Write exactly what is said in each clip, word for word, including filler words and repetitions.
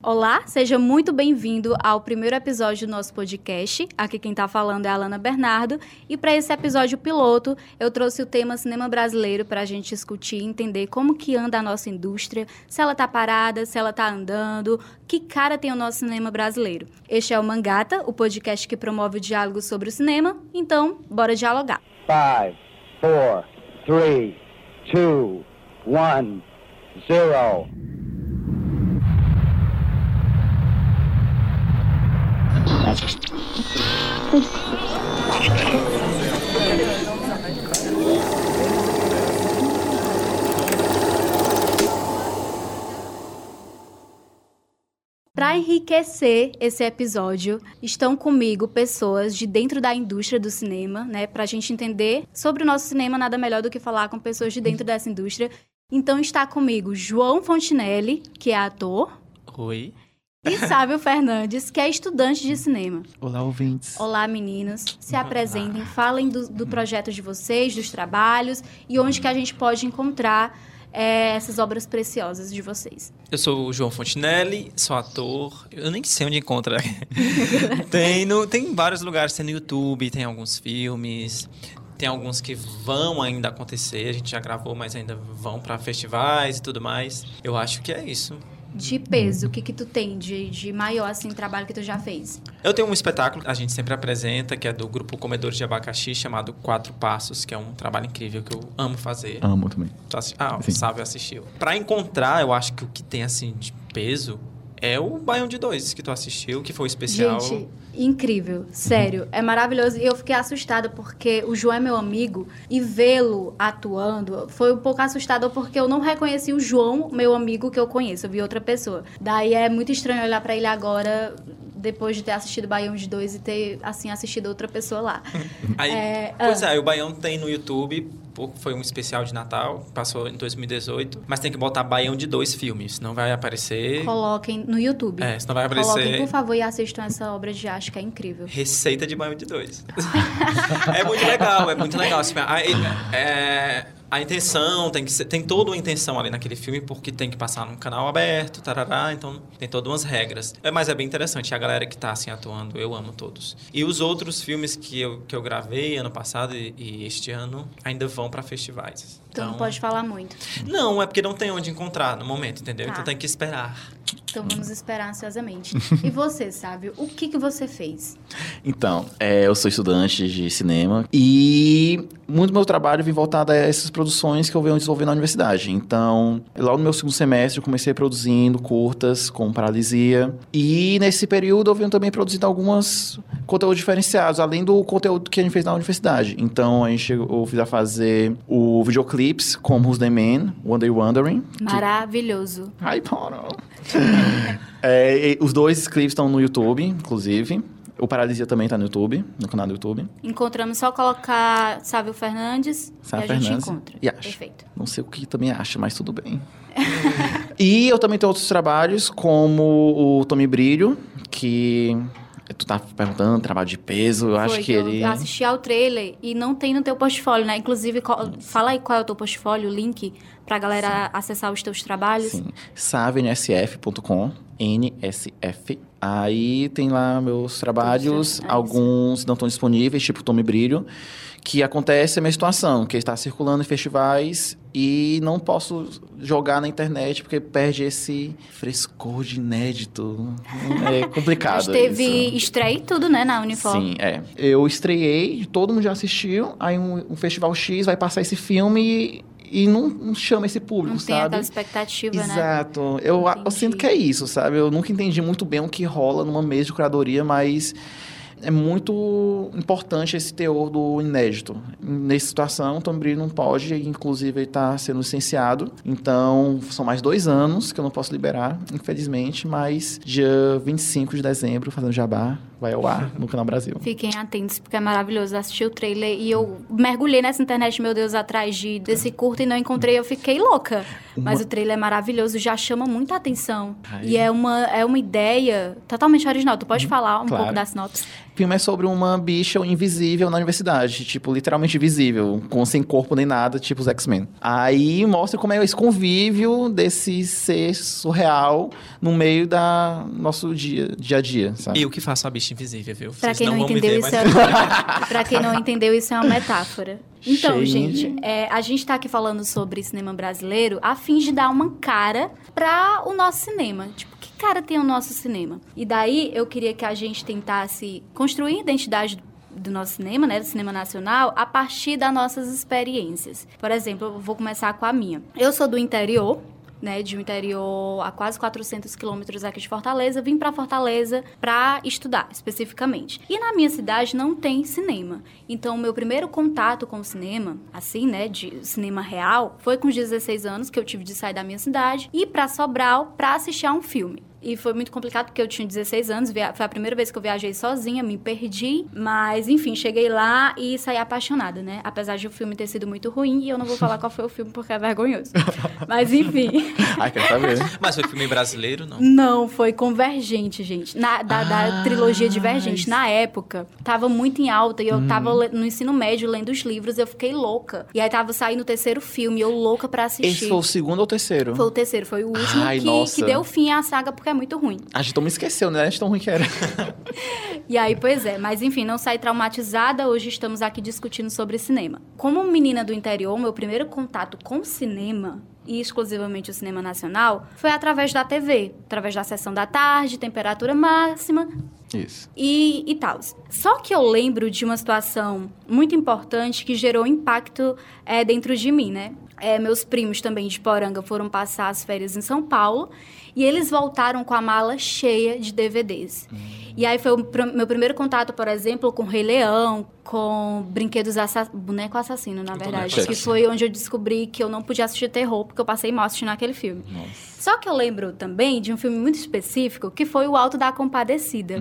Olá, seja muito bem-vindo ao primeiro episódio do nosso podcast. Aqui quem está falando é a Alana Bernardo. E para esse episódio piloto, eu trouxe o tema cinema brasileiro para a gente discutir e entender como que anda a nossa indústria, se ela está parada, se ela está andando, que cara tem o nosso cinema brasileiro. Este é o Mangata, o podcast que promove o diálogo sobre o cinema. Então, bora dialogar. Five, four, three, two, one, zero. Para enriquecer esse episódio, estão comigo pessoas de dentro da indústria do cinema, né? Para a gente entender sobre o nosso cinema, nada melhor do que falar com pessoas de dentro dessa indústria. Então está comigo João Fontinelli, que é ator. Oi. E Sávio Fernandes, que é estudante de cinema. Olá, ouvintes. Olá, meninos. Se apresentem, falem do, do projeto de vocês, dos trabalhos e onde que a gente pode encontrar é, essas obras preciosas de vocês. Eu sou o João Fontinelli, sou ator. Eu nem sei onde encontra. tem, no, tem vários lugares, tem no YouTube, tem alguns filmes. Tem alguns que vão ainda acontecer. A gente já gravou, mas ainda vão para festivais e tudo mais. Eu acho que é isso. De peso, o que que tu tem de, de maior, assim, trabalho que tu já fez? Eu tenho um espetáculo que a gente sempre apresenta, que é do grupo Comedores de Abacaxi, chamado Quatro Passos, que é um trabalho incrível que eu amo fazer. Amo também. Ah, o Sávio assistiu. Pra encontrar, eu acho que o que tem, assim, de peso é o Baião de Dois, que tu assistiu, que foi especial. Gente, incrível, sério, é maravilhoso. E eu fiquei assustada porque o João é meu amigo e vê-lo atuando foi um pouco assustador porque eu não reconheci o João, meu amigo que eu conheço, eu vi outra pessoa. Daí é muito estranho olhar pra ele agora, depois de ter assistido Baião de Dois e ter, assim, assistido outra pessoa lá. Aí, é, pois ah. é, o Baião tem no YouTube, foi um especial de Natal, passou em dois mil e dezoito, mas tem que botar Baião de Dois filmes, senão vai aparecer... Coloquem no YouTube. É, senão vai aparecer... Coloquem, por favor, e assistam essa obra de arte, que é incrível. Receita de Baião de Dois. É muito legal, é muito legal. Assim, a, é, a intenção, tem, que ser, tem toda uma intenção ali naquele filme, porque tem que passar num canal aberto, tarará, então tem todas umas regras. É, mas é bem interessante, a galera que tá assim atuando, eu amo todos. E os outros filmes que eu, que eu gravei ano passado e, e este ano ainda vão para festivais. Então, Então não pode falar muito. Não, é porque não tem onde encontrar no momento, entendeu? Tá. Então tem que esperar. Então vamos esperar ansiosamente. E você, Sávio, o que que você fez? Então, é, eu sou estudante de cinema e muito do meu trabalho vem voltado a essas produções que eu venho desenvolvendo na universidade. Então, logo no meu segundo semestre, eu comecei produzindo curtas com Paralisia. E nesse período eu venho também produzindo alguns conteúdos diferenciados, além do conteúdo que a gente fez na universidade. Então, a gente chegou a fazer o videoclips como Who's the Man, Wonder Wondering. Maravilhoso. Que... Ai, para. é, os dois clipes estão no YouTube, inclusive. O Paralisia também está no YouTube, no canal do YouTube. Encontramos, só colocar Sávio Fernandes Sávio e a gente Fernandes encontra. E acha. Perfeito. Não sei o que também acha, mas tudo bem. E eu também tenho outros trabalhos, como o Tommy Brilho, que... Tu tá perguntando, trabalho de peso, eu Foi acho que, que ele... eu assisti ao trailer e não tem no teu portfólio, né? Inclusive, qual, fala aí qual é o teu portfólio, o link, pra galera Sim. acessar os teus trabalhos. Sim, sávio n s f ponto com, N S F. Aí tem lá meus trabalhos, é alguns não estão disponíveis, tipo Tommy Brilho, que acontece a minha situação, que está circulando em festivais e não posso jogar na internet porque perde esse frescor de inédito. É complicado. Mas teve isso. estreia e tudo, né, na Unifor. Sim, é. Eu estreiei, todo mundo já assistiu, aí um, um festival X vai passar esse filme e... E não, não chama esse público, não sabe? Não tem aquela expectativa, Exato. né? Exato. Eu, eu sinto que é isso, sabe? Eu nunca entendi muito bem o que rola numa mesa de curadoria, mas é muito importante esse teor do inédito. Nessa situação, o Tommy Brilho não pode, inclusive ele está sendo licenciado. Então, são mais dois anos que eu não posso liberar, infelizmente, mas dia vinte e cinco de dezembro, fazendo jabá, vai ao ar no Canal Brasil. Fiquem atentos, porque é maravilhoso. Eu assisti o trailer e eu mergulhei nessa internet, meu Deus, atrás de, desse curto e não encontrei. Eu fiquei louca. Mas o trailer é maravilhoso, já chama muita atenção. Ai. E é uma, é uma ideia totalmente original. Tu pode falar um claro. pouco da sinopse? O filme é sobre uma bicha invisível na universidade, tipo, literalmente invisível, com sem corpo nem nada, tipo os X-Men. Aí mostra como é esse convívio desse ser surreal no meio da nosso dia, dia a dia, sabe? Eu que faço a bicha invisível, viu? Pra Vocês quem não, vão me entendeu, ver, isso mas- é... pra quem não entendeu, isso é uma metáfora. Então, Cheio gente, de- é, a gente tá aqui falando sobre cinema brasileiro a fim de dar uma cara pra o nosso cinema. Tipo, que cara tem o nosso cinema? E daí, eu queria que a gente tentasse construir a identidade do nosso cinema, né, do cinema nacional, a partir das nossas experiências. Por exemplo, eu vou começar com a minha. Eu sou do interior, né, de um interior a quase quatrocentos quilômetros aqui de Fortaleza, vim para Fortaleza para estudar, especificamente. E na minha cidade não tem cinema. Então, o meu primeiro contato com o cinema, assim, né, de cinema real, foi com os dezesseis anos, que eu tive de sair da minha cidade e ir para Sobral para assistir a um filme. E foi muito complicado, porque eu tinha dezesseis anos, via... foi a primeira vez que eu viajei sozinha, me perdi. Mas, enfim, cheguei lá e saí apaixonada, né? Apesar de o filme ter sido muito ruim, e eu não vou falar qual foi o filme, porque é vergonhoso. Mas, enfim. Ai, quero saber. Mas foi filme brasileiro, não? Não, foi Convergente, gente. Na, da, da Ah, trilogia Divergente. Na época, tava muito em alta, e eu Hum. tava le- no ensino médio lendo os livros, eu fiquei louca. E aí tava saindo o terceiro filme, eu louca pra assistir. Esse foi o segundo ou o terceiro? Foi o terceiro, foi o último Ai, que, nossa. que deu fim à saga, porque é muito ruim. A gente não me esqueceu, né? A gente tão ruim que era. E aí, pois é, mas enfim, não saí traumatizada, hoje estamos aqui discutindo sobre cinema. Como menina do interior, meu primeiro contato com cinema, e exclusivamente o cinema nacional, foi através da T V, através da sessão da tarde, temperatura máxima Isso. e, e tal. Só que eu lembro de uma situação muito importante que gerou impacto é, dentro de mim, né? É, meus primos também de Poranga foram passar as férias em São Paulo e eles voltaram com a mala cheia de D V Ds. Hum. E aí foi o pr- meu primeiro contato, por exemplo, com Rei Leão, com Brinquedos Assassinos, Boneco Assassino, na verdade. Boneco Que Assassino. foi onde eu descobri que eu não podia assistir terror, porque eu passei mal assistindo aquele filme. Nossa. Só que eu lembro também de um filme muito específico, que foi O Alto da Compadecida.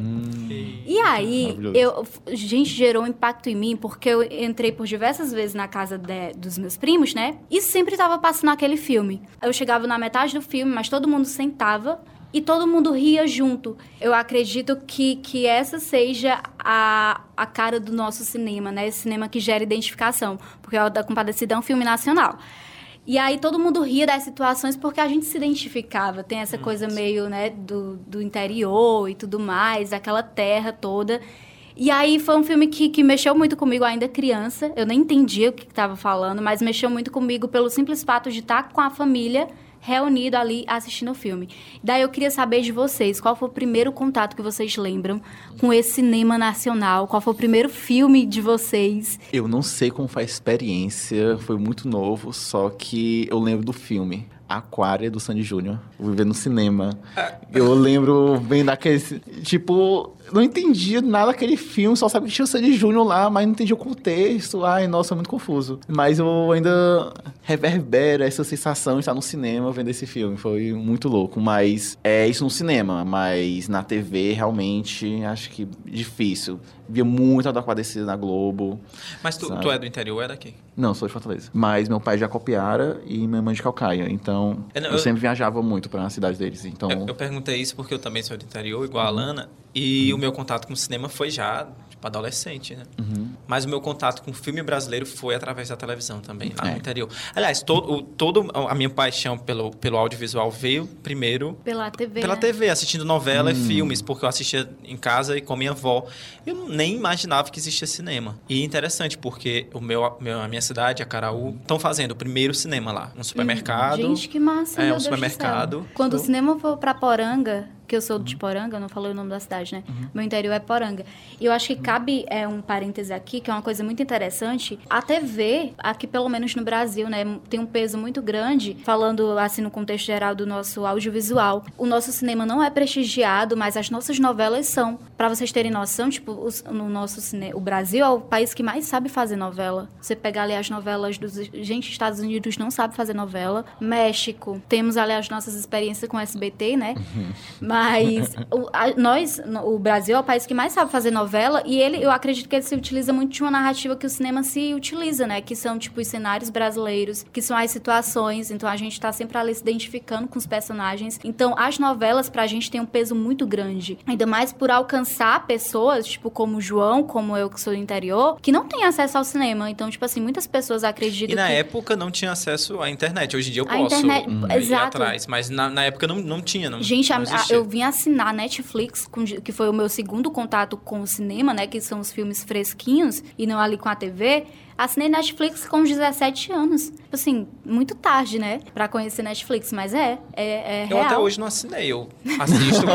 E aí, Maravilhoso. eu, gente, gerou um impacto em mim, porque eu entrei por diversas vezes na casa de- dos meus primos, né? E sempre tava passando aquele filme. Eu chegava na metade do filme, mas todo mundo sentava e todo mundo ria junto. Eu acredito que, que essa seja a, a cara do nosso cinema, né? Esse cinema que gera identificação, porque O Alto da Compadecida é um filme nacional. E aí todo mundo ria das situações porque a gente se identificava. Tem essa coisa meio, né, do, do interior e tudo mais, aquela terra toda. E aí foi um filme que, que mexeu muito comigo ainda criança. Eu nem entendia o que estava falando, mas mexeu muito comigo pelo simples fato de estar com a família reunido ali assistindo o filme. Daí eu queria saber de vocês, qual foi o primeiro contato que vocês lembram com esse cinema nacional? Qual foi o primeiro filme de vocês? Eu não sei como foi a experiência, foi muito novo, só que eu lembro do filme. Aquária, do Sandy Júnior. Eu vi ver no cinema. Eu lembro bem daquele... Tipo, não entendi nada daquele filme, só sabia que tinha o Sandy Júnior lá, mas não entendi o contexto. Ai, nossa, muito confuso. Mas eu ainda reverbero essa sensação de estar no cinema vendo esse filme. Foi muito louco. Mas é isso no cinema, mas na T V, realmente, acho que difícil. Via muito a da Compadecida na Globo. Mas tu, sabe? tu é do interior ou é daqui? Não, sou de Fortaleza. Mas meu pai é de Acopiara e minha mãe de Calcaia. Então, É, não, eu, eu- sempre viajava muito pra cidade deles. Então, Eu, eu perguntei isso porque eu também sou do interior, igual a Lana, e o meu contato com o cinema foi já, tipo, adolescente, né? Uhum. Mas o meu contato com o filme brasileiro foi através da televisão também, lá É. no interior. Aliás, todo, o- todo a minha paixão pelo, pelo audiovisual veio primeiro Pela T V, pela né? T V, assistindo novela Hum. e filmes, porque eu assistia em casa e com minha avó. Eu nem imaginava que existia cinema. E interessante, porque o meu, meu, a minha cidade, Acaraú, estão fazendo o primeiro cinema lá, um supermercado. Gente, que massa, É, meu um Deus do supermercado. céu. Quando o Tô- cinema for pra Poranga, que eu sou de Poranga, eu não falei o nome da cidade, né? Meu interior é Poranga. E eu acho que cabe é, um parêntese aqui, que é uma coisa muito interessante. A T V, aqui pelo menos no Brasil, né, tem um peso muito grande, falando assim no contexto geral do nosso audiovisual. O nosso cinema não é prestigiado, mas as nossas novelas são. Pra vocês terem noção, tipo, os- no nosso cinema, o Brasil é o país que mais sabe fazer novela. Você pegar ali as novelas dos... Gente, Estados Unidos não sabe fazer novela. México, temos ali as nossas experiências com o S B T, né? Mas o, a, nós, o Brasil é o país que mais sabe fazer novela e ele, eu acredito que ele se utiliza muito de uma narrativa que o cinema se utiliza, né? Que são, tipo, os cenários brasileiros, que são as situações. Então, a gente tá sempre ali se identificando com os personagens. Então, as novelas, pra gente, tem um peso muito grande. Ainda mais por alcançar pessoas, tipo, como o João, como eu, que sou do interior, que não tem acesso ao cinema. Então, tipo assim, muitas pessoas acreditam E na que... época não tinha acesso à internet. Hoje em dia eu A posso internet- ir Exato. atrás. Mas na, na época não, não tinha, não Gente, não a- a- existia. eu vim assinar a Netflix, com- que foi o meu segundo contato com o cinema, né? Que são os filmes fresquinhos e não ali com a T V. Assinei Netflix com dezessete anos. Tipo assim, muito tarde, né? Pra conhecer Netflix, mas é, é, é Eu real. até hoje não assinei, eu assisto.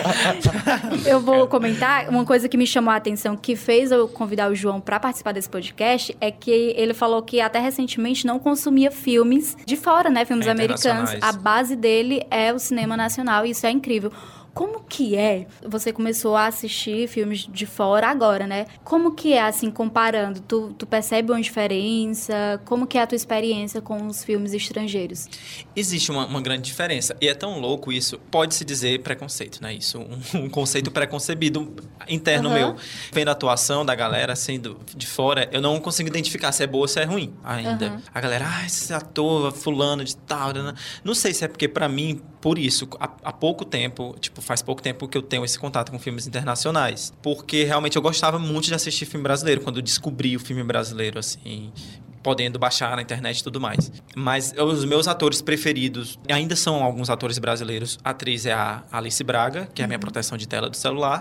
Eu vou comentar uma coisa que me chamou a atenção, que fez eu convidar o João pra participar desse podcast, é que ele falou que até recentemente não consumia filmes de fora, né? Filmes É, americanos. internacionais. A base dele é o cinema nacional e isso é incrível. Como que é? Você começou a assistir filmes de fora agora, né? Como que é, assim, comparando? Tu, tu percebe uma diferença? Como que é a tua experiência com os filmes estrangeiros? Existe uma, uma grande diferença. E é tão louco isso. Pode-se dizer preconceito, né? Isso, um, um conceito preconcebido interno Uhum. meu. Vendo a atuação da galera, assim, do, de fora, eu não consigo identificar se é boa ou se é ruim ainda. Uhum. A galera, ah, esse ator fulano de tal. Né? Não sei se é porque, pra mim, por isso, há, há pouco tempo, tipo, faz pouco tempo que eu tenho esse contato com filmes internacionais. Porque realmente eu gostava muito de assistir filme brasileiro. Quando eu descobri o filme brasileiro, assim, podendo baixar na internet e tudo mais. Mas os meus atores preferidos ainda são alguns atores brasileiros. A atriz é a Alice Braga, que é a minha proteção de tela do celular.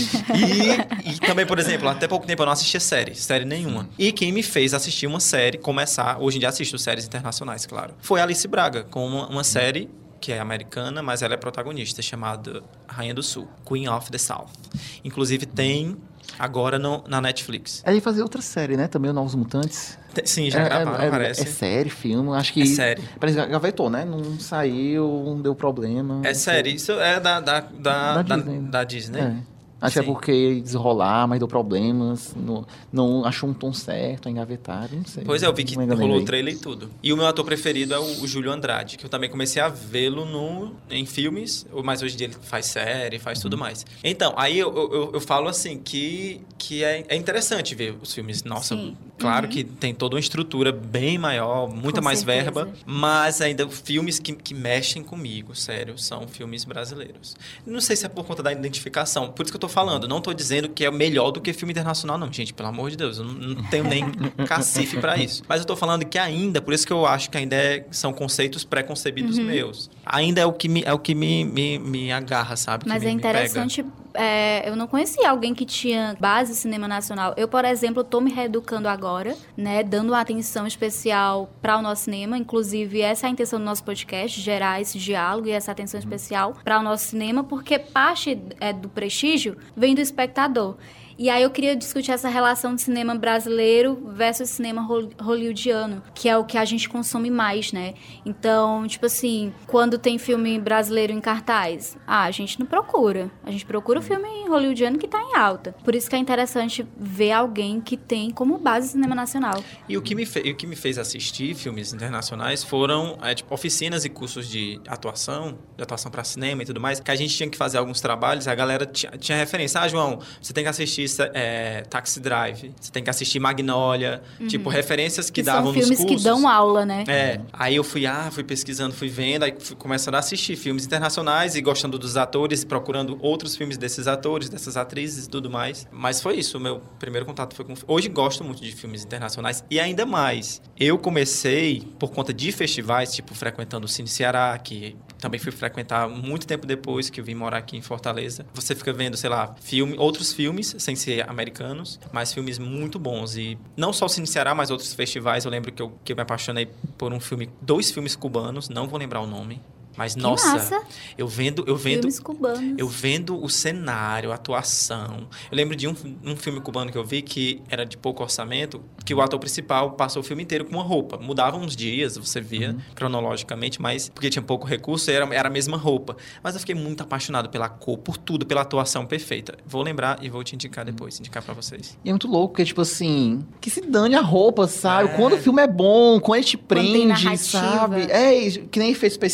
e, e também, por exemplo, até pouco tempo eu não assistia série, série nenhuma. E quem me fez assistir uma série, começar, hoje em dia assisto séries internacionais, claro, foi a Alice Braga, com uma, uma série que é americana, mas ela é protagonista, chamada Rainha do Sul, Queen of the South. Inclusive tem agora no, na Netflix. Aí fazer outra série, né? Também, o Novos Mutantes. Tem- Sim, já é, gravaram, é, parece. É série, filme, acho que... É série. Parece que gavetou, né? Não saiu, não deu problema. É série, isso é da, da, da, Da da, Disney, né? da Disney. É. Acho que é Sim. porque desrolar, mas deu problemas, não, não achou um tom certo, engavetaram, não sei. Pois é, eu vi que Não me enganei rolou o aí. trailer e tudo. E o meu ator preferido é o, o Júlio Andrade, que eu também comecei a vê-lo no, em filmes, mas hoje em dia ele faz série, faz tudo mais. Então, aí eu, eu, eu falo assim que, que é, é interessante ver os filmes. Nossa, Sim. claro Uhum. que tem toda uma estrutura bem maior, muita Com mais certeza. verba, mas ainda filmes que, que mexem comigo, sério, são filmes brasileiros. Não sei se é por conta da identificação, por isso que eu tô falando, não tô dizendo que é melhor do que filme internacional, não, gente, pelo amor de Deus, eu não, não tenho nem cacife pra isso. Mas eu tô falando que ainda, por isso que eu acho que ainda é- são conceitos preconcebidos Uhum. meus. Ainda é o que me, é o que me, me, me agarra, sabe? Que Mas me- é me pega. interessante, é, eu não conhecia alguém que tinha base em cinema nacional. Eu, por exemplo, tô me reeducando agora, né, dando uma atenção especial para o nosso cinema. Inclusive, essa é a intenção do nosso podcast, gerar esse diálogo e essa atenção especial para o nosso cinema, porque parte é, do prestígio vem do espectador. E aí eu queria discutir essa relação de cinema brasileiro versus cinema hol- hollywoodiano, que é o que a gente consome mais, né? Então, tipo assim, quando tem filme brasileiro em cartaz, ah, a gente não procura. A gente procura o filme hollywoodiano que tá em alta. Por isso que é interessante ver alguém que tem como base cinema nacional. E o que me, fe- e o que me fez assistir filmes internacionais foram é, tipo, oficinas e cursos de atuação, de atuação para cinema e tudo mais, que a gente tinha que fazer alguns trabalhos, a galera tinha, tinha referência. Ah, João, você tem que assistir é, Taxi Drive, você tem que assistir Magnolia, tipo, referências que, Que davam são filmes nos cursos. que dão aula, né? É, aí eu fui, ah, fui pesquisando, fui vendo, aí fui começando a assistir filmes internacionais e gostando dos atores e procurando outros filmes desses atores, dessas atrizes e tudo mais. Mas foi isso, o meu primeiro contato foi com... Hoje gosto muito de filmes internacionais e ainda mais. Eu comecei, por conta de festivais, tipo, frequentando o Cine Ceará, que também fui frequentar muito tempo depois que eu vim morar aqui em Fortaleza. Você fica vendo, sei lá, filme, outros filmes, sem ser americanos, mas filmes muito bons. E não só o Cine Ceará, mas outros festivais. Eu lembro que eu, que eu me apaixonei por um filme, dois filmes cubanos, não vou lembrar o nome. Mas, Que nossa, massa. eu vendo, eu vendo, Filmes cubanos. eu vendo o cenário, a atuação. Eu lembro de um, um filme cubano que eu vi que era de pouco orçamento, que o ator principal passou o filme inteiro com uma roupa. Mudava uns dias, você via Uhum. cronologicamente, mas porque tinha pouco recurso, era, era a mesma roupa. Mas eu fiquei muito apaixonado pela cor, por tudo, pela atuação perfeita. Vou lembrar e vou te indicar depois, indicar pra vocês. E é muito louco, porque, tipo assim, que se dane a roupa, sabe? É. Quando o filme é bom, quando ele te Quando tem prende, narrativa. sabe? É, que nem efeitos especiais.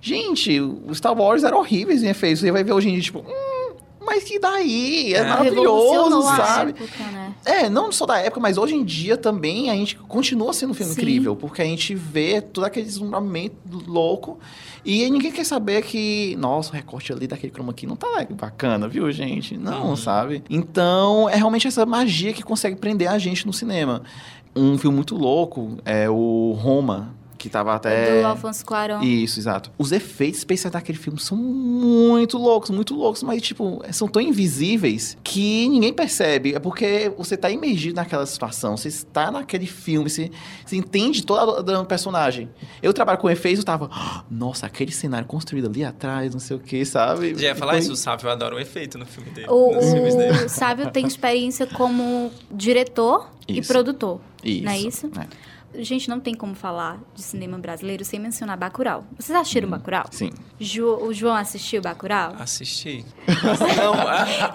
Gente, os Star Wars eram horríveis em efeitos. Você vai ver hoje em dia, tipo... Hum, mas que daí? É, é. maravilhoso, sabe? Época, né? É, não só da época, mas hoje em dia também a gente continua sendo um filme Sim. incrível. Porque a gente vê todo aquele deslumbramento louco. E ninguém quer saber que... Nossa, o recorte ali daquele chroma aqui não tá bacana, viu, gente? Não, hum. sabe? Então, é realmente essa magia que consegue prender a gente no cinema. Um filme muito louco é o Roma, que tava até... Do Alfonso Cuarón. Isso, exato. Os efeitos especiais daquele filme são muito loucos, muito loucos, mas, tipo, são tão invisíveis que ninguém percebe. É porque você tá imergido naquela situação, você está naquele filme, você, você entende toda a do personagem. Eu trabalho com efeitos, eu tava... Nossa, aquele cenário construído ali atrás, não sei o que, sabe? Já ia falar Foi... isso, o Sávio adora o efeito no filme dele. O, nos filmes dele. o Sávio tem experiência como diretor isso. e produtor, isso. não é isso? É. Gente, não tem como falar de cinema brasileiro sem mencionar Bacurau. Vocês assistiram hum, Bacurau? Sim. Jo, o João assistiu Bacurau? Assisti. Não, a...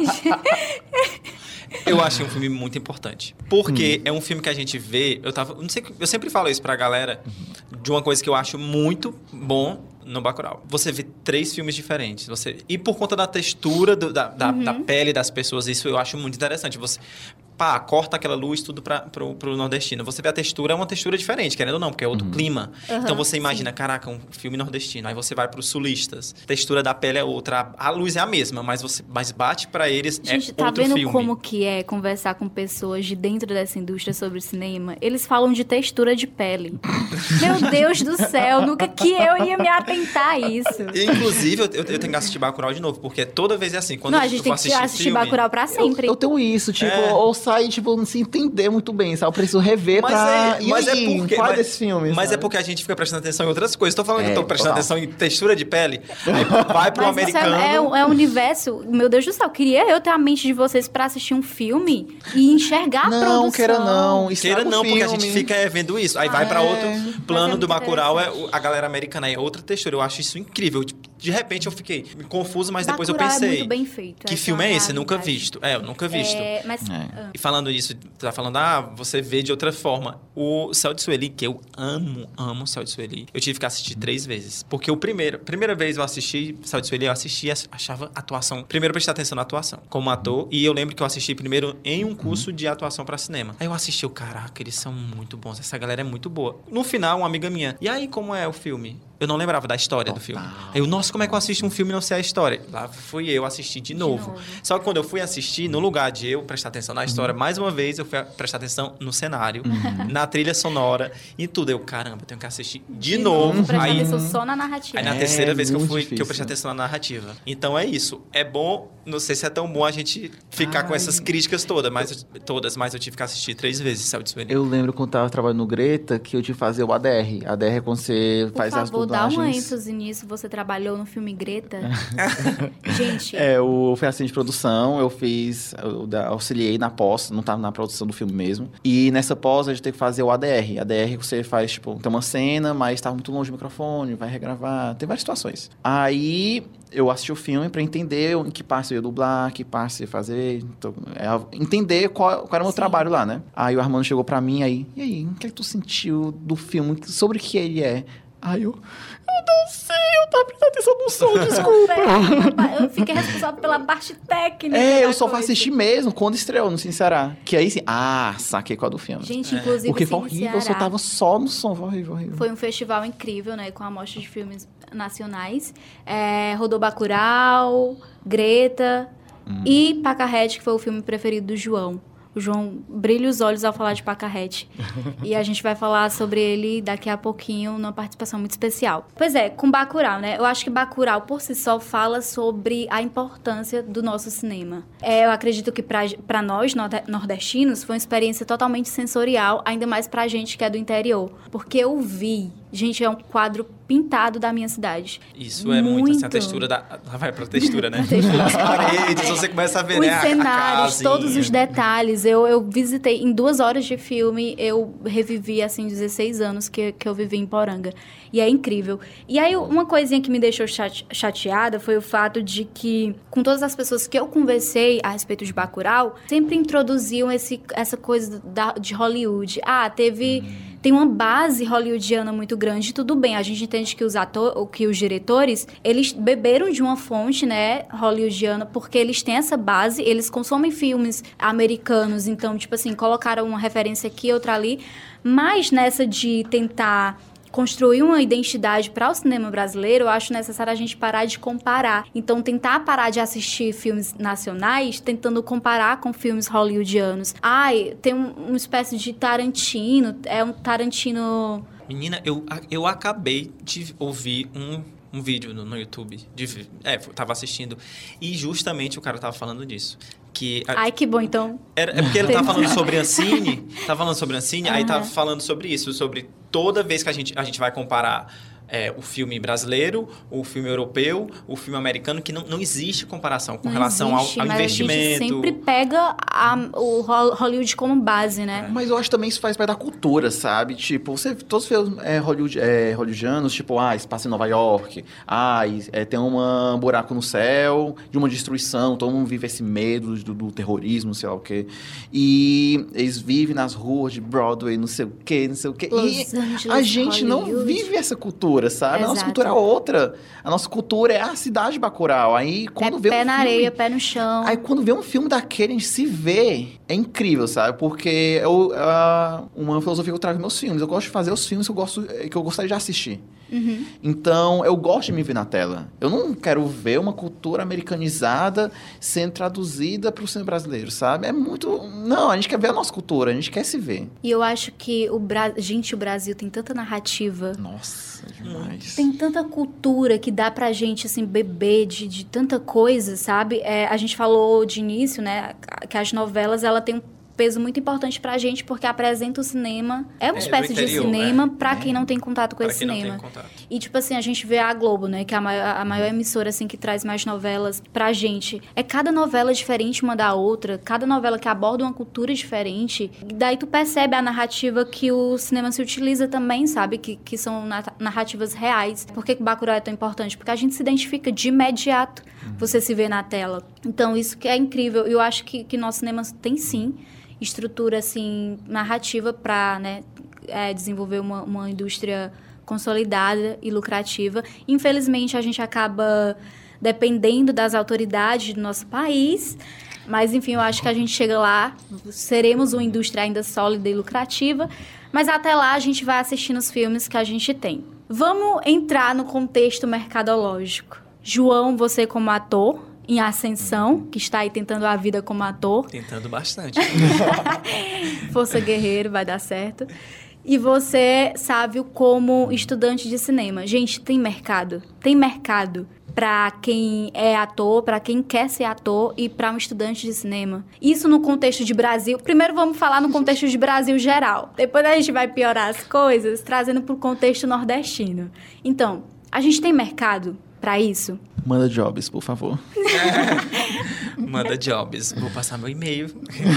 Eu achei um filme muito importante. Porque hum. é um filme que a gente vê... Eu, tava, não sei, eu sempre falo isso pra galera de uma coisa que eu acho muito bom no Bacurau. Você vê três filmes diferentes. Você, e por conta da textura do, da, da, uhum. da pele das pessoas, isso eu acho muito interessante. Você... Pá, corta aquela luz tudo para pro, pro nordestino. Você vê a textura, é uma textura diferente, querendo ou não, porque é outro uhum. clima. Uhum, então você imagina, sim. caraca, um filme nordestino. Aí você vai pros sulistas. A textura da pele é outra. A luz é a mesma, mas você mas bate para eles Gente, é outro filme. tá vendo como que é conversar com pessoas de dentro dessa indústria sobre cinema? Eles falam de textura de pele. Meu Deus do céu, nunca que eu ia me atentar a isso. Inclusive, eu, eu tenho que assistir Bacurau de novo, porque toda vez é assim. Quando não, eu, a gente eu tem for que assistir assistir filme, Bacurau pra sempre. Eu, eu tenho isso, tipo, é. ou sai, tipo, não se entender muito bem, sabe? Eu preciso rever mas pra... É, e mas aí, é porque... qual mas, desse filme, Mas sabe? é porque a gente fica prestando atenção em outras coisas. Tô falando é, que eu tô prestando total. atenção em textura de pele, aí vai pro mas americano... Isso é, é, é um universo... Meu Deus do céu, queria eu ter a mente de vocês pra assistir um filme e enxergar não, a produção. Não, queira não. Queira não, porque a gente fica é, vendo isso. Aí ah, vai pra outro é. plano é do Bacurau, é, a galera americana é outra textura. Eu acho isso incrível. De repente eu fiquei confuso, mas depois Bacurau eu pensei... é muito bem feito. Que filme é esse? Nunca visto. É, eu nunca visto. É, mas, é. Ah. E falando isso, tá falando, ah, você vê de outra forma. O Céu de Sueli, que eu amo, amo o Céu de Sueli, eu tive que assistir três vezes. Porque o primeiro, primeira vez eu assisti Céu de Sueli, eu assisti e achava a atuação... Primeiro eu prestei atenção na atuação, como ator. E eu lembro que eu assisti primeiro em um curso de atuação pra cinema. Aí eu assisti, eu, caraca, eles são muito bons. Essa galera é muito boa. No final, uma amiga minha, e aí, como é o filme? Eu não lembrava da história Total. do filme. Aí eu, nossa, como é que eu assisto um filme e não sei a história? Lá fui eu assistir de novo. de novo. Só que quando eu fui assistir, no lugar de eu prestar atenção na história, uhum. mais uma vez eu fui prestar atenção no cenário, uhum. na trilha sonora e tudo. Eu, caramba, eu tenho que assistir de, de novo. novo prestar aí, atenção só na narrativa. Aí na é, terceira vez que eu fui, difícil. que eu prestei atenção na narrativa. Então é isso. É bom, não sei se é tão bom a gente ficar Ai. com essas críticas todas, mas, todas, mas eu tive que assistir três vezes Céu de Sueli. Eu lembro quando eu tava trabalhando no Greta que eu tive que fazer o A D R. A D R é quando você Por faz favor, as dublagens. dá uma ênfase nisso. Você trabalhou no filme Greta? Gente... É, eu fui assistente de produção, eu fiz... Eu auxiliei na pós, não tava na produção do filme mesmo. E nessa pós, a gente tem que fazer o A D R. A D R você faz, tipo, tem uma cena, mas tá muito longe do microfone, vai regravar. Tem várias situações. Aí... eu assisti o filme pra entender em que parte eu ia dublar, que parte eu ia fazer. Então, é, entender qual, qual era o meu Sim. trabalho lá, né? Aí o Armando chegou pra mim, aí... E aí, o que é que tu sentiu do filme? Sobre o que ele é? Aí eu... Eu não sei, eu tava prestando atenção no som, desculpa. Eu fiquei responsável pela parte técnica. É, eu só coisa. fui assistir mesmo quando estreou no Cine Ceará. Que aí sim, ah, saquei qual é do filme. Gente, inclusive Porque o foi Cine horrível, eu só tava só no som, foi horrível, horrível. Foi um festival incrível, né, com a mostra de filmes nacionais. É, rodou Bacurau, Greta hum. e Pacarrete, que foi o filme preferido do João. O João brilha os olhos ao falar de Pacarrete. E a gente vai falar sobre ele daqui a pouquinho, numa participação muito especial. Pois é, com Bacurau, né? Eu acho que Bacurau, por si só, fala sobre a importância do nosso cinema. É, eu acredito que para nós, nordestinos, foi uma experiência totalmente sensorial, ainda mais pra gente que é do interior. Porque eu vi... Gente, é um quadro pintado da minha cidade. Isso é muito, muito assim, a textura da... Lá vai pra textura, né? textura. As paredes, você começa a ver, os né? cenários, a todos os detalhes. Eu, eu visitei, em duas horas de filme, eu revivi, assim, dezesseis anos que, que eu vivi em Poranga. E é incrível. E aí, uma coisinha que me deixou chate, chateada foi o fato de que, com todas as pessoas que eu conversei a respeito de Bacurau, sempre introduziam esse, essa coisa da, de Hollywood. Ah, teve... Hum. tem uma base hollywoodiana muito grande. Tudo bem, a gente entende que os atores, que os diretores, eles beberam de uma fonte, né, hollywoodiana, porque eles têm essa base, eles consomem filmes americanos, então, tipo assim, colocaram uma referência aqui, outra ali, mas nessa de tentar construir uma identidade para o cinema brasileiro, eu acho necessário a gente parar de comparar. Então, tentar parar de assistir filmes nacionais, tentando comparar com filmes hollywoodianos. Ai, tem um, uma espécie de Tarantino, é um Tarantino... Menina, eu, eu acabei de ouvir um, um vídeo no, no YouTube. De, é, eu tava assistindo. E justamente o cara tava falando disso. Que a, Ai, que bom, então. Era, é porque ele tava falando sobre Ancine, tava falando sobre Ancine, uhum. Aí tava falando sobre isso, sobre toda vez que a gente, a gente vai comparar é, o filme brasileiro, o filme europeu, o filme americano, que não, não existe comparação com não relação existe, ao, ao mas investimento. A gente sempre pega a, o Hollywood como base, né? Mas eu acho também isso faz parte da cultura, sabe? Tipo, você, todos os filmes é, Hollywood, é, hollywoodianos, tipo, ah, se passa em Nova York, ah, é, tem um buraco no céu, de uma destruição, todo mundo vive esse medo do, do terrorismo, sei lá o quê. E eles vivem nas ruas de Broadway, não sei o quê, não sei o quê. Los e Angeles, a gente Hollywood. Não vive essa cultura, sabe? Exato. A nossa cultura é outra. A nossa cultura é a cidade de Bacurau. Aí, quando é vê pé um na filme, areia, pé no chão. Aí, quando vê um filme daquele, a gente se vê. É incrível, sabe? Porque é uh, uma filosofia que eu trago nos meus filmes. Eu gosto de fazer os filmes que eu, gosto, que eu gostaria de assistir. Uhum. Então, eu gosto de me ver na tela. Eu não quero ver uma cultura americanizada sendo traduzida para o cinema brasileiro, sabe? É muito... Não, a gente quer ver a nossa cultura, a gente quer se ver. E eu acho que o Bra... gente, o Brasil tem tanta narrativa. Nossa, demais. Tem tanta cultura que dá pra gente, assim, beber de, de tanta coisa, sabe? É, a gente falou de início, né, que as novelas, ela tem um peso muito importante pra gente, porque apresenta o cinema. É uma é, espécie interior, de cinema é. pra é. quem não tem contato com pra esse quem cinema. Não tem contato. E, tipo assim, a gente vê a Globo, né? Que é a maior, a maior emissora, assim, que traz mais novelas pra gente. É cada novela diferente uma da outra. Cada novela que aborda uma cultura diferente. E daí tu percebe a narrativa que o cinema se utiliza também, sabe? Que, que são narrativas reais. Por que o Bacurau é tão importante? Porque a gente se identifica de imediato. Uhum. Você se vê na tela. Então, isso que é incrível. Eu acho que, que nosso cinema tem, sim, estrutura, assim, narrativa para, né, é, desenvolver uma, uma indústria consolidada e lucrativa. Infelizmente, a gente acaba dependendo das autoridades do nosso país, mas, enfim, eu acho que a gente chega lá, seremos uma indústria ainda sólida e lucrativa, mas até lá a gente vai assistindo os filmes que a gente tem. Vamos entrar no contexto mercadológico. João, você como ator em ascensão, que está aí tentando a vida como ator. Tentando bastante. Força guerreiro, vai dar certo. E você, Sávio, como estudante de cinema. Gente, tem mercado. Tem mercado para quem é ator, para quem quer ser ator e para um estudante de cinema. Isso no contexto de Brasil. Primeiro vamos falar no contexto de Brasil geral. Depois a gente vai piorar as coisas, trazendo para o contexto nordestino. Então, a gente tem mercado para isso? Manda jobs, por favor. Manda jobs. Vou passar meu e-mail.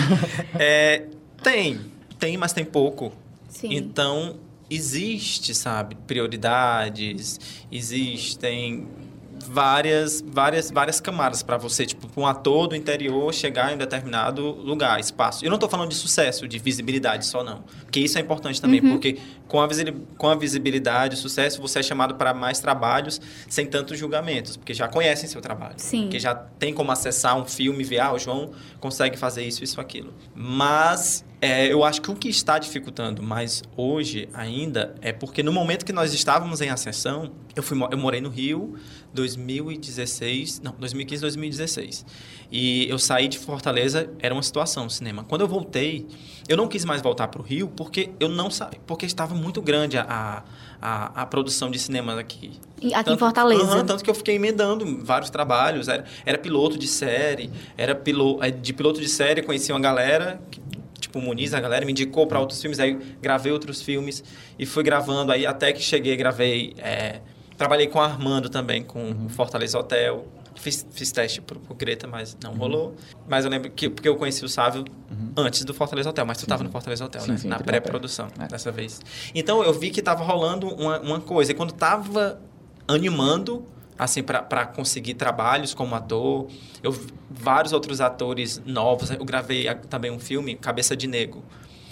É, tem. Tem, mas tem pouco. Sim. Então, existe, sabe, prioridades, existem várias, várias, várias camadas para você, tipo, um ator do interior chegar em um determinado lugar, espaço. Eu não estou falando de sucesso, de visibilidade só, não. Porque isso é importante também, uhum. porque com a, visi- com a visibilidade, o sucesso, você é chamado para mais trabalhos sem tantos julgamentos, porque já conhecem seu trabalho. Sim. Porque já tem como acessar um filme e ver, ah, o João consegue fazer isso, isso, aquilo. Mas... É, eu acho que o que está dificultando mais hoje ainda é porque no momento que nós estávamos em ascensão, eu, fui, eu morei no Rio dois mil e dezesseis, não, dois mil e quinze, dois mil e dezesseis. E eu saí de Fortaleza, era uma situação no cinema. Quando eu voltei, eu não quis mais voltar para o Rio porque eu não saí, porque estava muito grande a, a, a produção de cinema aqui. E aqui tanto, em Fortaleza. Uh-huh, tanto que eu fiquei emendando vários trabalhos. Era, era piloto de série, era pilo, de piloto de série, conheci uma galera que, tipo, o Muniz, a galera me indicou para outros filmes, aí gravei outros filmes e fui gravando, aí até que cheguei, gravei, é, trabalhei com o Armando também, com o Fortaleza Hotel, fiz, fiz teste pro, pro Greta, mas não uhum. rolou, mas eu lembro que, porque eu conheci o Sávio uhum. antes do Fortaleza Hotel, mas tu estava no Fortaleza Hotel, sim, né? Sim, na pré-produção, é. dessa vez. Então, eu vi que estava rolando uma, uma coisa, e quando estava animando, assim, para conseguir trabalhos como ator. Eu vários outros atores novos. Eu gravei também um filme, Cabeça de Negro,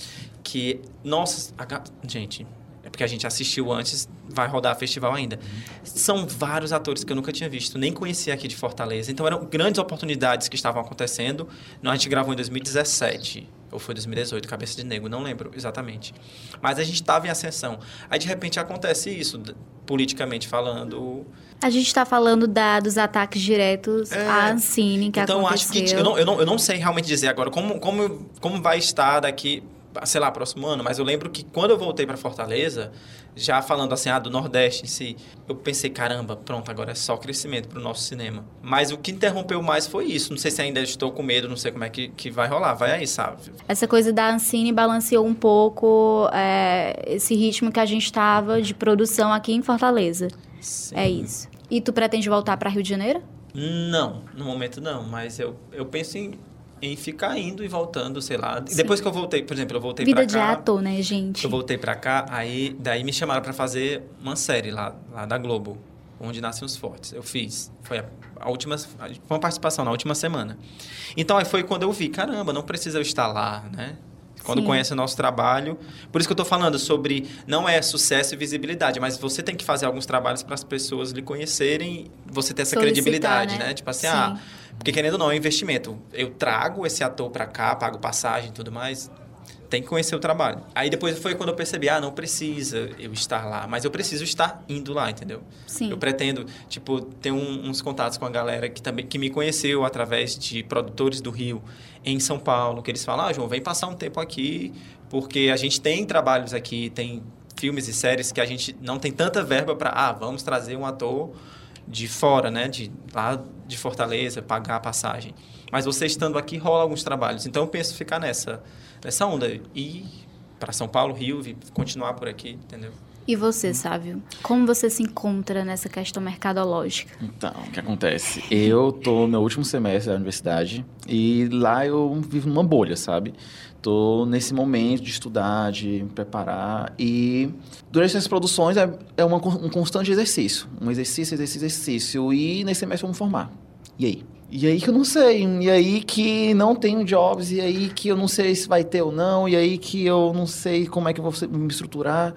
que, nossa, a, gente, é porque a gente assistiu antes, vai rodar festival ainda. São vários atores que eu nunca tinha visto, nem conhecia aqui de Fortaleza. Então, eram grandes oportunidades que estavam acontecendo. A gente gravou em dois mil e dezessete, ou foi dois mil e dezoito, Cabeça de Negro, não lembro exatamente. Mas a gente estava em ascensão. Aí, de repente, acontece isso, politicamente falando. A gente está falando da, dos ataques diretos é, à Ancine que então, aconteceu. Então, acho que... Eu não, eu, não, eu não sei realmente dizer agora como, como, como vai estar daqui... sei lá, próximo ano, mas eu lembro que quando eu voltei para Fortaleza, já falando assim, ah, do Nordeste em si, eu pensei, caramba, pronto, agora é só crescimento para o nosso cinema. Mas o que interrompeu mais foi isso. Não sei se ainda estou com medo, não sei como é que, que vai rolar. Vai aí, sabe? Essa coisa da Ancine balanceou um pouco é, esse ritmo que a gente estava de produção aqui em Fortaleza. Sim. É isso. E tu pretende voltar para Rio de Janeiro? Não, no momento não, mas eu, eu penso em... em ficar indo e voltando, sei lá. Sim. Depois que eu voltei, por exemplo, eu voltei Vida pra cá... Vida de ator, né, gente? Eu voltei pra cá, aí daí me chamaram pra fazer uma série lá, lá da Globo, Onde Nascem os Fortes. Eu fiz. Foi a, a última... Foi uma participação na última semana. Então, aí foi quando eu vi, caramba, não precisa eu estar lá, né? Quando Sim. conhece o nosso trabalho. Por isso que eu tô falando sobre... Não é sucesso e visibilidade, mas você tem que fazer alguns trabalhos para as pessoas lhe conhecerem, você ter essa Solicitar, credibilidade, né? né? Tipo assim, Sim. ah... Porque, querendo ou não, é um investimento. Eu trago esse ator para cá, pago passagem e tudo mais, tem que conhecer o trabalho. Aí depois foi quando eu percebi, ah, não precisa eu estar lá, mas eu preciso estar indo lá, entendeu? Sim. Eu pretendo, tipo, ter um, uns contatos com a galera que também que me conheceu através de produtores do Rio em São Paulo, que eles falam, ah, João, vem passar um tempo aqui, porque a gente tem trabalhos aqui, tem filmes e séries que a gente não tem tanta verba para, ah, vamos trazer um ator de fora, né, de lá de Fortaleza, pagar a passagem. Mas você estando aqui, rola alguns trabalhos. Então, eu penso ficar nessa, nessa onda. E para São Paulo, Rio, continuar por aqui, entendeu? E você, Sávio? Como você se encontra nessa questão mercadológica? Então, o que acontece? Eu tô no meu último semestre da universidade e lá eu vivo numa bolha, sabe? Tô nesse momento de estudar, de me preparar e durante essas produções é, é uma, um constante exercício. Um exercício, exercício, exercício. E nesse semestre eu vou me formar. E aí? E aí que eu não sei. E aí que não tenho jobs. E aí que eu não sei se vai ter ou não. E aí que eu não sei como é que eu vou me estruturar.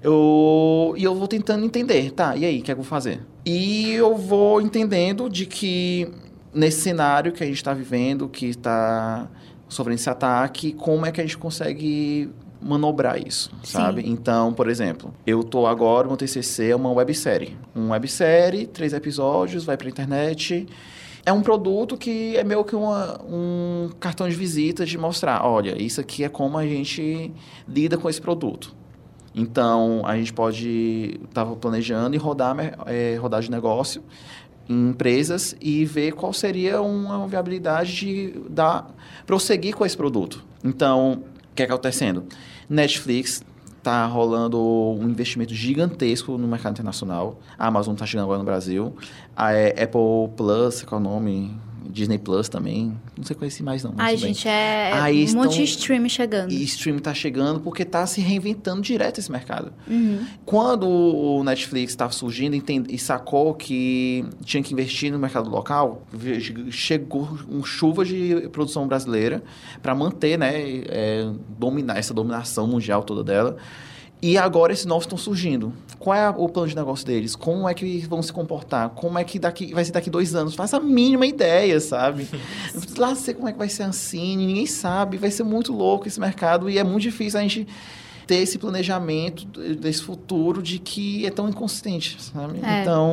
Eu, e eu vou tentando entender. Tá, e aí? O que é que eu vou fazer? E eu vou entendendo de que nesse cenário que a gente está vivendo, que está... sobre esse ataque, como é que a gente consegue manobrar isso, Sim. sabe? Então, por exemplo, eu tô agora, meu T C C é uma websérie. Uma websérie, três episódios, vai pra internet. É um produto que é meio que uma, um cartão de visita de mostrar, olha, isso aqui é como a gente lida com esse produto. Então, a gente pode... Estava planejando e rodar, é, rodar de negócio em empresas e ver qual seria uma viabilidade de dar, prosseguir com esse produto. Então, o que é que está acontecendo? Netflix está rolando um investimento gigantesco no mercado internacional. A Amazon está chegando agora no Brasil. A Apple Plus, qual é o nome? Disney Plus também. Não sei conhecer mais, não. Ai, gente, é Aí um monte de stream chegando. E stream está chegando porque está se reinventando direto esse mercado. Uhum. Quando o Netflix estava surgindo entende, e sacou que tinha que investir no mercado local, chegou um chuva de produção brasileira para manter, né, é, dominar essa dominação mundial toda dela. E agora esses novos estão surgindo. Qual é o plano de negócio deles? Como é que vão se comportar? Como é que daqui, vai ser daqui dois anos? Faz a mínima ideia, sabe? Lá sei como é que vai ser a Ancine, ninguém sabe. Vai ser muito louco esse mercado e é muito difícil a gente ter esse planejamento desse futuro de que é tão inconsistente, sabe? É, então,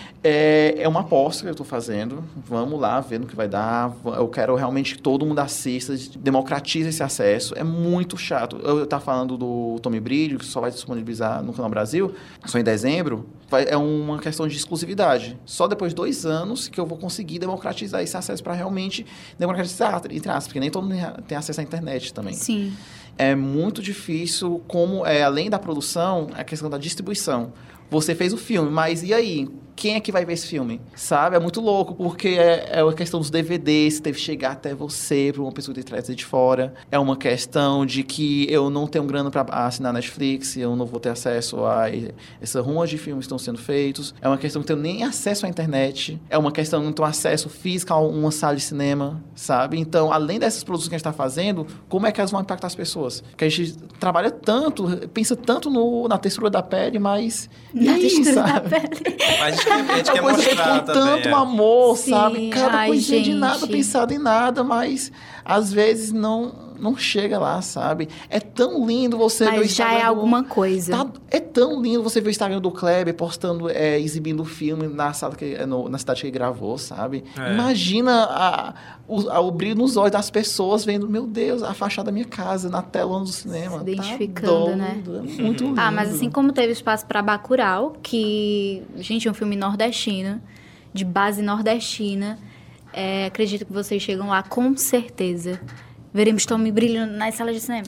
é, é uma aposta que eu estou fazendo. Vamos lá, ver no que vai dar. Eu quero realmente que todo mundo assista, democratize esse acesso. É muito chato. Eu estava falando do Tommy Brilho, que só vai disponibilizar no Canal Brasil, só em dezembro. Vai, é uma questão de exclusividade. Só depois de dois anos que eu vou conseguir democratizar esse acesso para realmente democratizar, entre aspas, porque nem todo mundo tem acesso à internet também. Sim. É muito difícil, como é, além da produção, a questão da distribuição. você fez o filme, mas e aí? Quem é que vai ver esse filme? Sabe? É muito louco, porque é, é uma questão dos D V Ds, teve que chegar até você, para uma pessoa de trás e de fora. É uma questão de que eu não tenho grana para assinar Netflix, eu não vou ter acesso a essa ruma de filmes que estão sendo feitos. É uma questão que eu não tenho nem acesso à internet. É uma questão que eu não tenho acesso físico a uma sala de cinema, sabe? Então, além dessas produções que a gente está fazendo, como é que elas vão impactar as pessoas? Porque a gente trabalha tanto, pensa tanto no, na textura da pele, mas... Na aí, textura sabe? da pele. A gente quer, a gente É quer uma coisa feita mostrar com também. tanto é. amor, Sim, sabe? Cada ai, coisinha de gente. nada, pensado em nada, mas às vezes não, não chega lá, sabe? É tão lindo você ver o Mas já Instagram é do- alguma coisa. Tá- é tão lindo você ver o Instagram do Kleber postando, é, exibindo o filme na sala que, é, no- na cidade que ele gravou, sabe? É. Imagina a, o, a- o brilho nos olhos das pessoas vendo, meu Deus, a fachada da minha casa, na telona do cinema. Se identificando, tá doido, né? É muito lindo. Ah, mas assim como teve espaço para Bacurau, que, gente, é um filme nordestino, de base nordestina, é, acredito que vocês chegam lá com certeza. Veremos Tommy brilhando nas salas de cinema.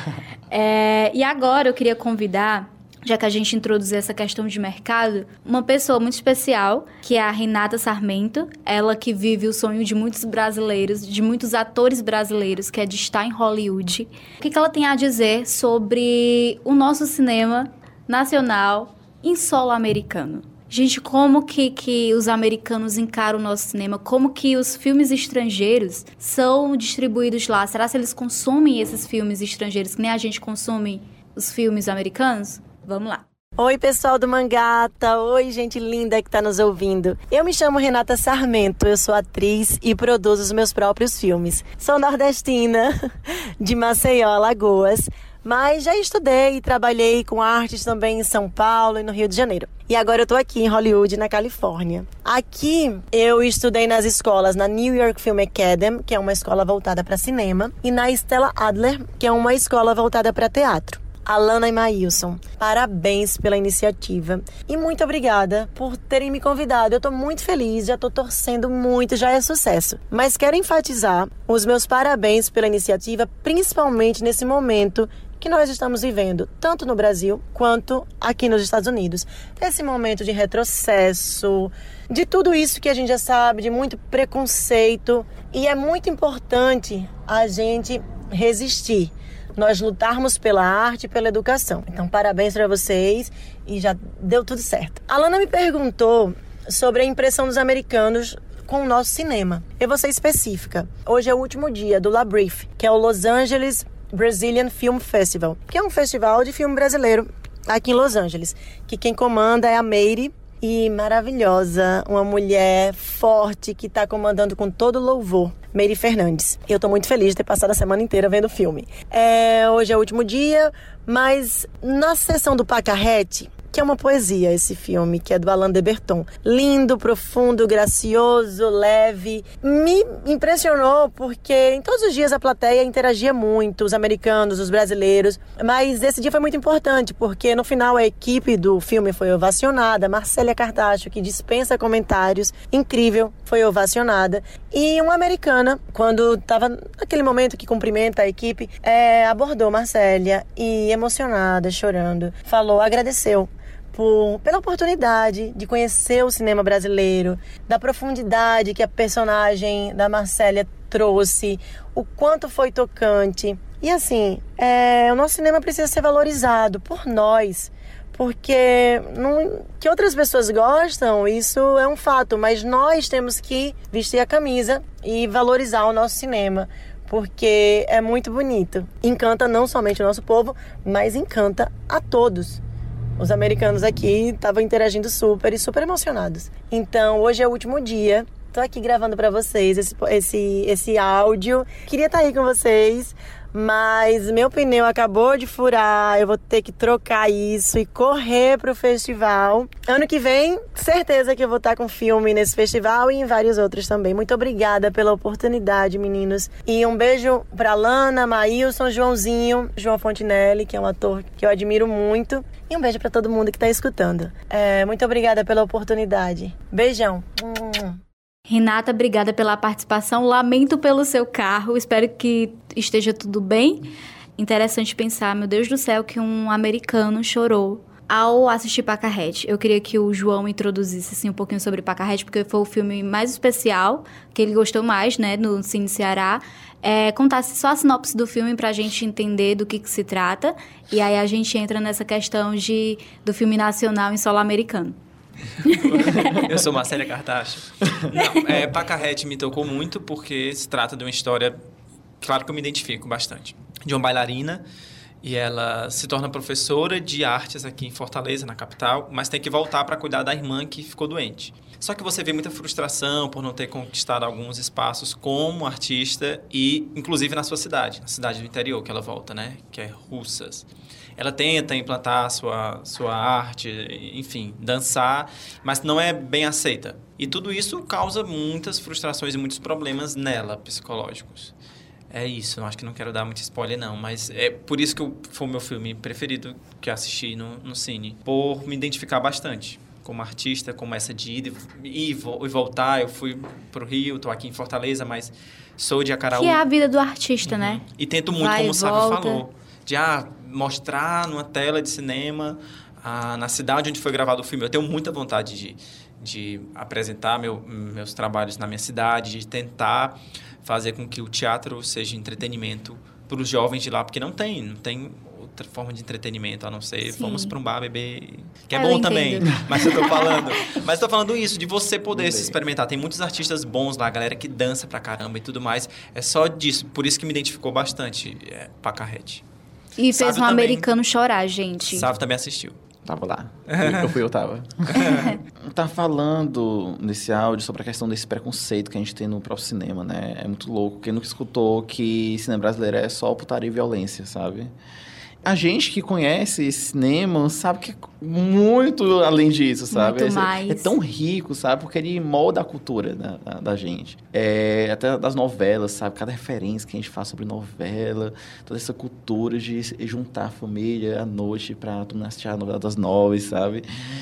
É, e agora eu queria convidar, já que a gente introduziu essa questão de mercado, uma pessoa muito especial, que é a Renata Sarmento. Ela que vive o sonho de muitos brasileiros, de muitos atores brasileiros, que é de estar em Hollywood. O que que ela tem a dizer sobre o nosso cinema nacional em solo americano? Gente, como que, que os americanos encaram o nosso cinema? Como que os filmes estrangeiros são distribuídos lá? Será que eles consomem esses filmes estrangeiros que nem a gente consome os filmes americanos? Vamos lá. Oi, pessoal do Mangata. Oi, gente linda que tá nos ouvindo. Eu me chamo Renata Sarmento, eu sou atriz e produzo os meus próprios filmes. Sou nordestina, de Maceió, Alagoas, mas já estudei e trabalhei com artes também em São Paulo e no Rio de Janeiro. E agora eu tô aqui em Hollywood, na Califórnia. Aqui eu estudei nas escolas na New York Film Academy, que é uma escola voltada para cinema, e na Stella Adler, que é uma escola voltada para teatro. Alana e Maílson, parabéns pela iniciativa e muito obrigada por terem me convidado. Eu tô muito feliz, já tô torcendo muito, já é sucesso. Mas quero enfatizar os meus parabéns pela iniciativa, principalmente nesse momento que nós estamos vivendo, tanto no Brasil quanto aqui nos Estados Unidos. Esse momento de retrocesso, de tudo isso que a gente já sabe, de muito preconceito, e é muito importante a gente resistir. Nós lutarmos pela arte e pela educação. Então, parabéns para vocês e já deu tudo certo. A Alana me perguntou sobre a impressão dos americanos com o nosso cinema. Eu vou ser específica. Hoje é o último dia do La Brief, que é o Los Angeles Brazilian Film Festival, que é um festival de filme brasileiro aqui em Los Angeles, que quem comanda é a Meire, e maravilhosa, uma mulher forte que está comandando com todo louvor, Meire Fernandes. Eu estou muito feliz de ter passado a semana inteira vendo o filme. É, hoje é o último dia, mas na sessão do Pacarrete, que é uma poesia esse filme, que é do Alain de Botton. Lindo, profundo, gracioso, leve. Me impressionou porque em todos os dias a plateia interagia muito, os americanos, os brasileiros. Mas esse dia foi muito importante, porque no final a equipe do filme foi ovacionada. Marcélia Cartacho, que dispensa comentários, incrível, foi ovacionada. E uma americana, quando estava naquele momento que cumprimenta a equipe, é, abordou Marcélia e, emocionada, chorando, falou, agradeceu. Por, pela oportunidade de conhecer o cinema brasileiro, da profundidade que a personagem da Marcélia trouxe, o quanto foi tocante. E assim, é, o nosso cinema precisa ser valorizado por nós, porque não, que outras pessoas gostam, isso é um fato, mas nós temos que vestir a camisa e valorizar o nosso cinema, porque é muito bonito. Encanta não somente o nosso povo, mas encanta a todos. Os americanos aqui estavam interagindo super e super emocionados. Então, hoje é o último dia. Tô aqui gravando para vocês esse, esse, esse áudio. Queria estar aí com vocês, mas meu pneu acabou de furar. Eu vou ter que trocar isso e correr pro festival. Ano que vem, certeza que eu vou estar com filme nesse festival e em vários outros também. Muito obrigada pela oportunidade, meninos. E um beijo pra Lana, Maílson, Joãozinho, João Fontinelli, que é um ator que eu admiro muito. E um beijo pra todo mundo que tá escutando. É, muito obrigada pela oportunidade. Beijão. Renata, obrigada pela participação. Lamento pelo seu carro. Espero que esteja tudo bem. Interessante pensar, meu Deus do céu, que um americano chorou Ao assistir Pacarrete, eu queria que o João introduzisse assim, um pouquinho sobre Pacarrete, porque foi o filme mais especial, que ele gostou mais, né, no Cine Ceará. É, contasse só a sinopse do filme pra gente entender do que, que se trata. E aí a gente entra nessa questão de, do filme nacional em solo americano. Eu sou Marcélia Cartacho. Não, é, Pacarrete me tocou muito porque se trata de uma história, claro que eu me identifico bastante, de uma bailarina. E ela se torna professora de artes aqui em Fortaleza, na capital, mas tem que voltar para cuidar da irmã que ficou doente. Só que você vê muita frustração por não ter conquistado alguns espaços como artista e, inclusive, na sua cidade, na cidade do interior que ela volta, né? Que é Russas. Ela tenta implantar sua, sua arte, enfim, dançar, mas não é bem aceita. E tudo isso causa muitas frustrações e muitos problemas nela, psicológicos. É isso, eu acho que não quero dar muito spoiler, não. Mas é por isso que eu, foi o meu filme preferido que eu assisti no, no cine. Por me identificar bastante como artista, como essa de ir e, e voltar. Eu fui pro Rio, tô aqui em Fortaleza, mas sou de Acaraú. Que é a vida do artista, uhum. né? E tento muito, Vai como o Sábio volta. falou, de ah, mostrar numa tela de cinema, ah, na cidade onde foi gravado o filme. Eu tenho muita vontade de, de apresentar meu, meus trabalhos na minha cidade, de tentar fazer com que o teatro seja entretenimento para os jovens de lá, porque não tem, não tem outra forma de entretenimento, a não ser Sim. vamos para um bar beber, que é eu bom entendo. também, mas eu tô falando, mas tô falando isso, de você poder se experimentar. Tem muitos artistas bons lá, galera que dança pra caramba e tudo mais, é só disso, por isso que me identificou bastante é, Pacarrete. E fez Sábio um também, americano chorar, gente. Sávio também assistiu. Tava lá. Eu fui, eu tava. Tá falando nesse áudio sobre a questão desse preconceito que a gente tem no próprio cinema, né? É muito louco. Quem nunca escutou que cinema brasileiro é só putaria e violência, sabe? A gente que conhece cinema sabe que é muito além disso, sabe? Muito é, mais. É tão rico, sabe? Porque ele molda a cultura da, da, da gente. É, até das novelas, sabe? Cada referência que a gente faz sobre novela, toda essa cultura de juntar a família à noite pra todo mundo assistir a novela das nove, sabe?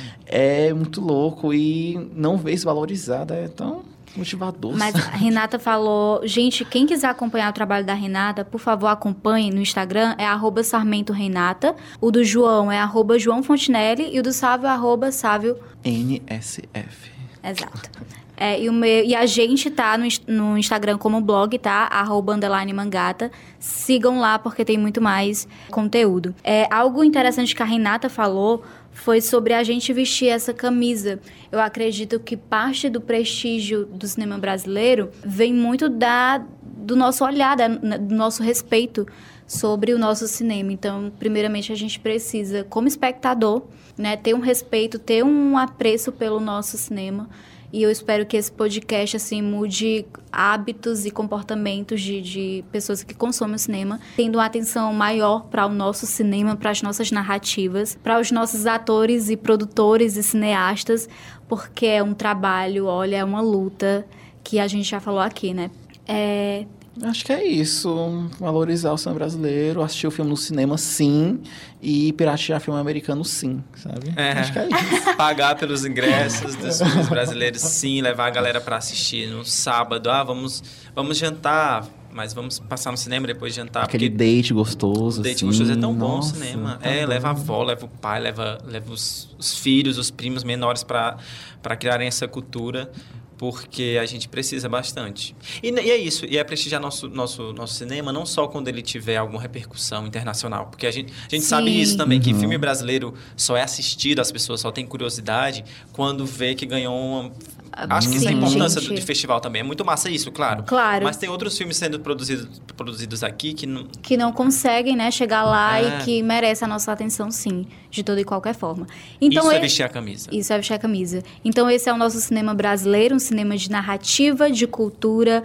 É muito louco e não vê isso valorizado, é tão motivador. Mas a Renata falou... Gente, quem quiser acompanhar o trabalho da Renata, por favor, acompanhe no Instagram. É arroba Sarmento Renata. O do João é arroba João Fontinelli. E o do Sávio é arroba Sávio... N S F. Exato. É, e, o meu, e a gente tá no, no Instagram como blog, tá? Arroba underline mangata. Sigam lá, porque tem muito mais conteúdo. É, algo interessante que a Renata falou foi sobre a gente vestir essa camisa. Eu acredito que parte do prestígio do cinema brasileiro vem muito da, do nosso olhar, da, do nosso respeito sobre o nosso cinema. Então, primeiramente, a gente precisa, como espectador, né, ter um respeito, ter um apreço pelo nosso cinema. E eu espero que esse podcast, assim, mude hábitos e comportamentos de, de pessoas que consomem o cinema, tendo uma atenção maior para o nosso cinema, para as nossas narrativas, para os nossos atores e produtores e cineastas, porque é um trabalho, olha, é uma luta que a gente já falou aqui, né? É... Acho que é isso. Valorizar o cinema brasileiro, assistir o filme no cinema, sim. E piratear filme americano, sim, sabe? É. Acho que é isso. Pagar pelos ingressos dos filmes brasileiros, sim. Levar a galera pra assistir no sábado. Ah, vamos, vamos jantar, mas vamos passar no cinema depois de jantar. Aquele date gostoso, O date assim. gostoso é tão bom o Nossa, cinema. tá É, bom. leva a avó, leva o pai, leva, leva os, os filhos, os primos menores pra, pra criarem essa cultura. Porque a gente precisa bastante. E, e é isso, e é prestigiar nosso, nosso, nosso cinema, não só quando ele tiver alguma repercussão internacional. Porque a gente, a gente sabe isso também, Uhum. que filme brasileiro só é assistido, as pessoas só têm curiosidade quando vê que ganhou uma... Acho que isso é a Sim, importância gente. do, de festival também. É muito massa isso, claro. Claro. Mas tem outros filmes sendo produzidos, produzidos aqui que não... que não conseguem, né, chegar lá É. e que merece a nossa atenção, sim, de toda e qualquer forma. Então, isso é e- vestir a camisa. Isso é vestir a camisa. Então, esse é o nosso cinema brasileiro, um cinema de narrativa, de cultura,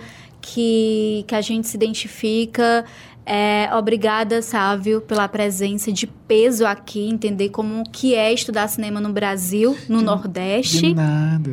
que, que a gente se identifica. É, obrigada, Sávio, pela presença de peso aqui, entender como que é estudar cinema no Brasil, no Nordeste. De nada.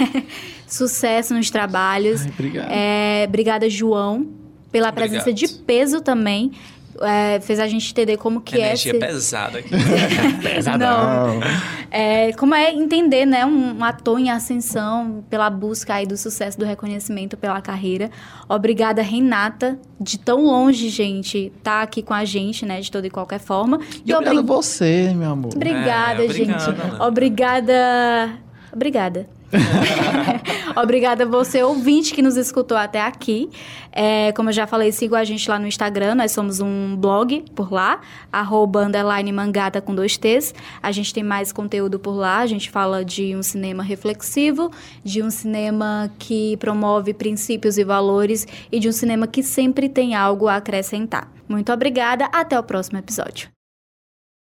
Sucesso nos trabalhos. Ai, obrigado. É, obrigada, João, pela presença Obrigado. de peso também. é, fez a gente entender como que Energia é... Ser... pesada aqui. Pesadão. É, como é entender, né, um, um ator em ascensão pela busca aí do sucesso, do reconhecimento pela carreira. Obrigada, Renata, de tão longe, gente, tá aqui com a gente, né, de toda e qualquer forma. E obrigado a você, meu amor. Obrigada, É, gente. obrigado, Ana. Obrigada. Obrigada. Obrigada a você, ouvinte, que nos escutou até aqui. É, como eu já falei, siga a gente lá no Instagram. Nós somos um blog por lá, arroba, underline, mangata com dois T's. A gente tem mais conteúdo por lá. A gente fala de um cinema reflexivo, de um cinema que promove princípios e valores e de um cinema que sempre tem algo a acrescentar. Muito obrigada. Até o próximo episódio.